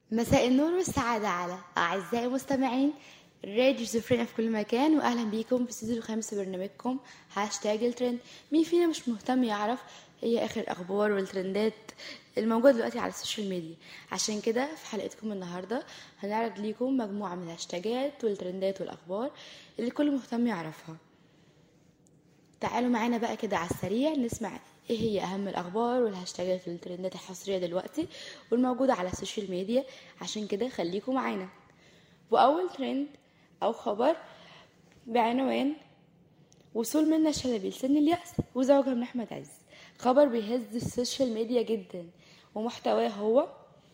مساء النور والسعادة على أعزائي المستمعين راديو زفرين في كل مكان، وأهلا بيكم في السيزون الخامس برنامجكم هاشتاج الترند. مين فينا مش مهتم يعرف هي آخر الأخبار والترندات الموجودة دلوقتي على السوشيال ميديا؟ عشان كده في حلقتكم النهاردة هنعرض ليكم مجموعة من الهاشتاجات والترندات والأخبار اللي الكل مهتم يعرفها. تعالوا معانا بقى كده على السريع نسمع ايه هي اهم الاخبار والهاشتاجات والترندات الحصريه دلوقتي والموجوده على السوشيال ميديا. عشان كده خليكم معانا. واول ترند او خبر بعنوان وصول منى شلبي لسن اليأس وزوجها من احمد عز. خبر بيهز السوشيال ميديا جدا، ومحتواه هو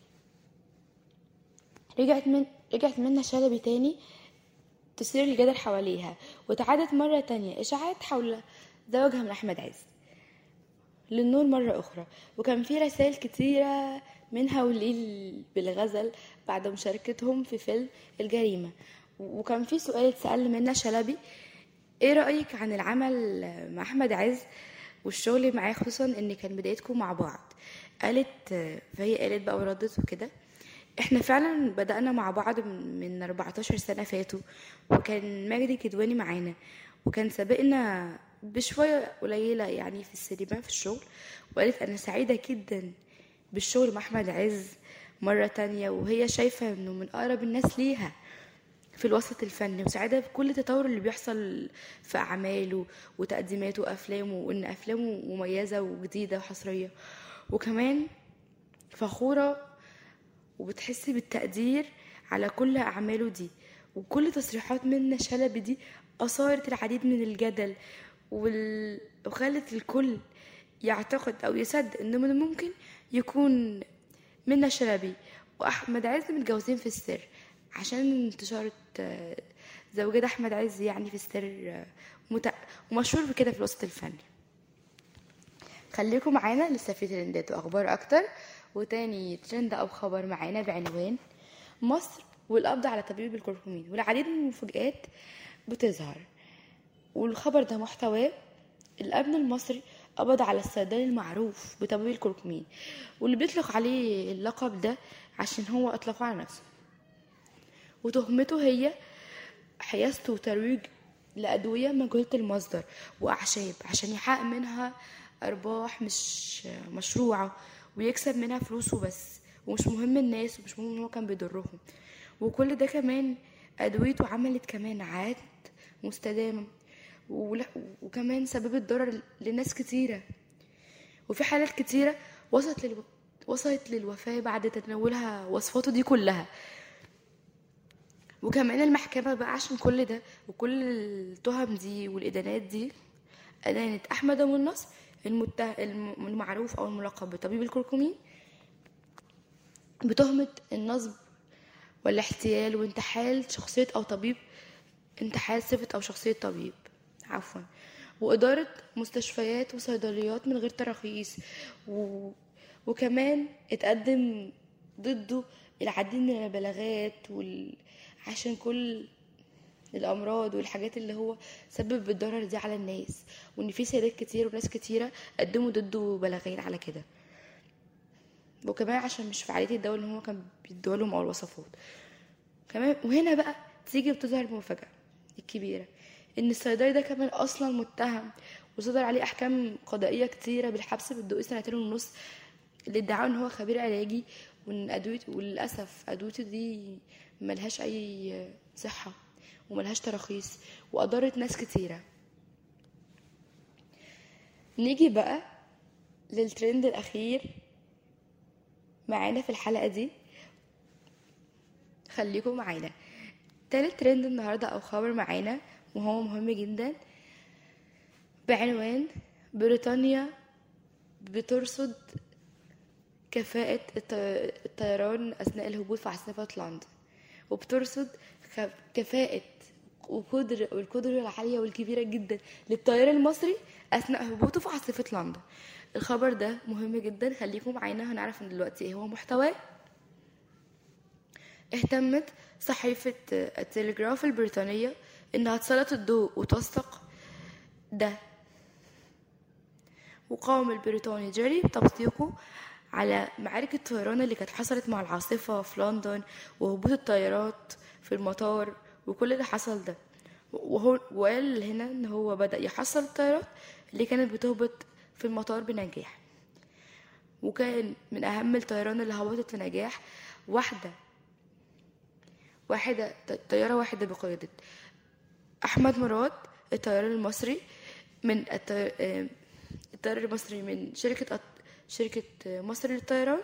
رجعت منى شلبي تاني تثير الجدل حواليها، وتعادت مرة تانية إشاعات حول زواجها من أحمد عز للنور مرة أخرى. وكان في رسائل كتيرة منها وليل بالغزل بعد مشاركتهم في فيلم الجريمة. وكان في سؤال اتسأل منى شلبي: ايه رأيك عن العمل مع أحمد عز والشغل معاه، خصوصا ان كان بدايتكم مع بعض؟ فهي قالت بقى وردت وكده: احنا فعلا بدأنا مع بعض من 14 سنة فاتوا، وكان مجدي كدواني معانا، وكان سابقنا بشوية قليلة يعني في السينما في الشغل. وقالت انا سعيدة جدا بالشغل مع احمد عز مرة تانية، وهي شايفة انه من اقرب الناس ليها في الوسط الفني، وسعيدة بكل التطور اللي بيحصل في اعماله وتقديماته وافلامه، وان افلامه مميزة وجديدة وحصرية. وكمان فخورة وبتحسي بالتقدير على كل أعماله دي. وكل تصريحات منى شلبي دي أثارت العديد من الجدل وخلت الكل يعتقد أو يصدق إنه من الممكن يكون منى شلبي وأحمد عز متجوزين في السر، عشان انتشار زوجة أحمد عز يعني في السر ومشهور بكده في الوسط الفني. خليكم معانا لسه في ترندات واخبار اكتر. وتاني ترند او خبر معانا بعنوان مصر والقبض على طبيب الكركمين، والعديد من المفاجآت بتظهر. والخبر ده محتواه: الامن المصري قبض على الصيدلي المعروف بطبيب الكركمين، واللي بيطلق عليه اللقب ده عشان هو اطلقه على نفسه، وتهمته هي حيازته وترويج لأدوية مجهولة المصدر وأعشاب عشان يحقق منها أرباح مش مشروعة ويكسب منها فلوسه بس، ومش مهم الناس ومش مهم هو كان بيضرهم. وكل ده كمان أدويته عملت كمان عاد مستدامة، وكمان سببت ضرر لناس كتيرة، وفي حالات كتيرة وصلت للوفاة بعد تناولها وصفاته دي كلها. وكمان المحكمة بقى عشان كل ده وكل التهم دي والإدانات دي أدانت أحمد أبو النصر المعروف أو الملقب بطبيب الكركمين بتهمة النصب والاحتيال وانتحال شخصية أو طبيب، انتحال صفة أو شخصية طبيب عفوا، وإدارة مستشفيات وصيدليات من غير تراخيص. وكمان اتقدم ضده العديد من البلاغات عشان كل الامراض والحاجات اللي هو سبب بالضرر دي على الناس، وان في سيدات كتير وناس كتيره قدموا ضده بلاغين على كده. وكمان عشان مش فعاليه الدواء اللي هو كان بيدولهم او الوصفات كمان. وهنا بقى تيجي بتظهر المفاجاه الكبيره، ان الصيدلي ده كمان اصلا متهم وصدر عليه احكام قضائيه كتيره بالحبس بالضوء 2.5 سنين لادعاء ان هو خبير علاجي، وان ادويته وللاسف ادويته دي ملهاش اي صحه وملهاش تراخيص وأضرت ناس كتيرة. نيجي بقى للترند الأخير معانا في الحلقة دي، خليكم معانا. تالت ترند النهاردة أو خبر معانا وهو مهم جدا بعنوان بريطانيا بترصد كفاءة الطيران أثناء الهبوط في عاصفة لندن، وبترصد كفاءة والقدرة العالية والكبيرة جدا للطيار المصري أثناء هبوطه في عاصفة لندن. الخبر ده مهم جدا، خليكم معانا هنعرف من دلوقتي ايه هو محتواه. اهتمت صحيفة التلغراف البريطانية انها تسلط الضوء وتوثق ده، وقام البريطاني جيري بتوثيقه على معارك الطيران اللي كانت حصلت مع العاصفة في لندن، وهبوط الطيارات في المطار، وكل اللي حصل ده. وقال هنا ان هو بدأ يحصل الطيارات اللي كانت بتهبط في المطار بنجاح. وكان من اهم الطيران اللي هبطت بنجاح طيارة واحدة بقيادة احمد مراد، الطيران المصري من الطيران المصري من شركة مصر للطيران.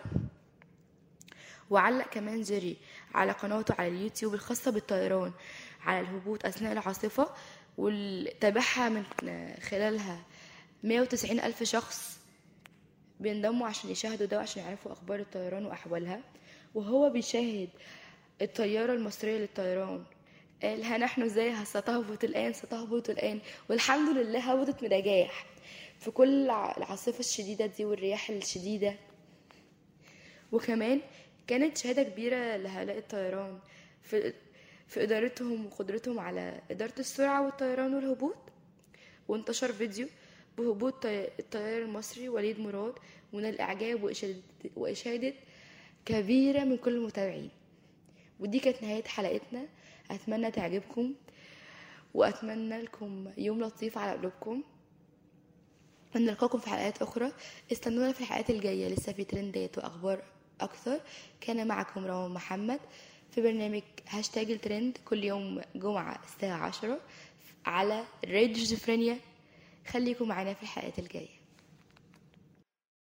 وعلق كمان جيري على قناته على اليوتيوب الخاصة بالطيران على الهبوط أثناء العاصفة، وتابعها من خلالها 190 ألف شخص بينضموا عشان يشاهدوا ده وعشان يعرفوا أخبار الطيران وأحوالها. وهو بيشاهد الطيارة المصرية للطيران قال: ها نحن ازاي ستهبط الآن، والحمد لله هبطت بنجاح في كل العاصفة الشديدة دي والرياح الشديدة. وكمان كانت شهادة كبيرة لهؤلاء الطيران في إدارتهم وقدرتهم على إدارة السرعة والطيران والهبوط. وانتشر فيديو بهبوط الطيار المصري وليد مراد، من الإعجاب وإشادة كبيرة من كل المتابعين. ودي كانت نهاية حلقتنا، أتمنى تعجبكم وأتمنى لكم يوم لطيف على قلوبكم. نلقاكم في حلقات أخرى، استنونا في الحلقات الجاية، لسه في ترندات وأخبار أكثر. كان معكم روان محمد في برنامج هاشتاج الترند كل يوم جمعة الساعة 10 على راديو شيزوفرينيا. خليكم معنا في الحلقات الجاية.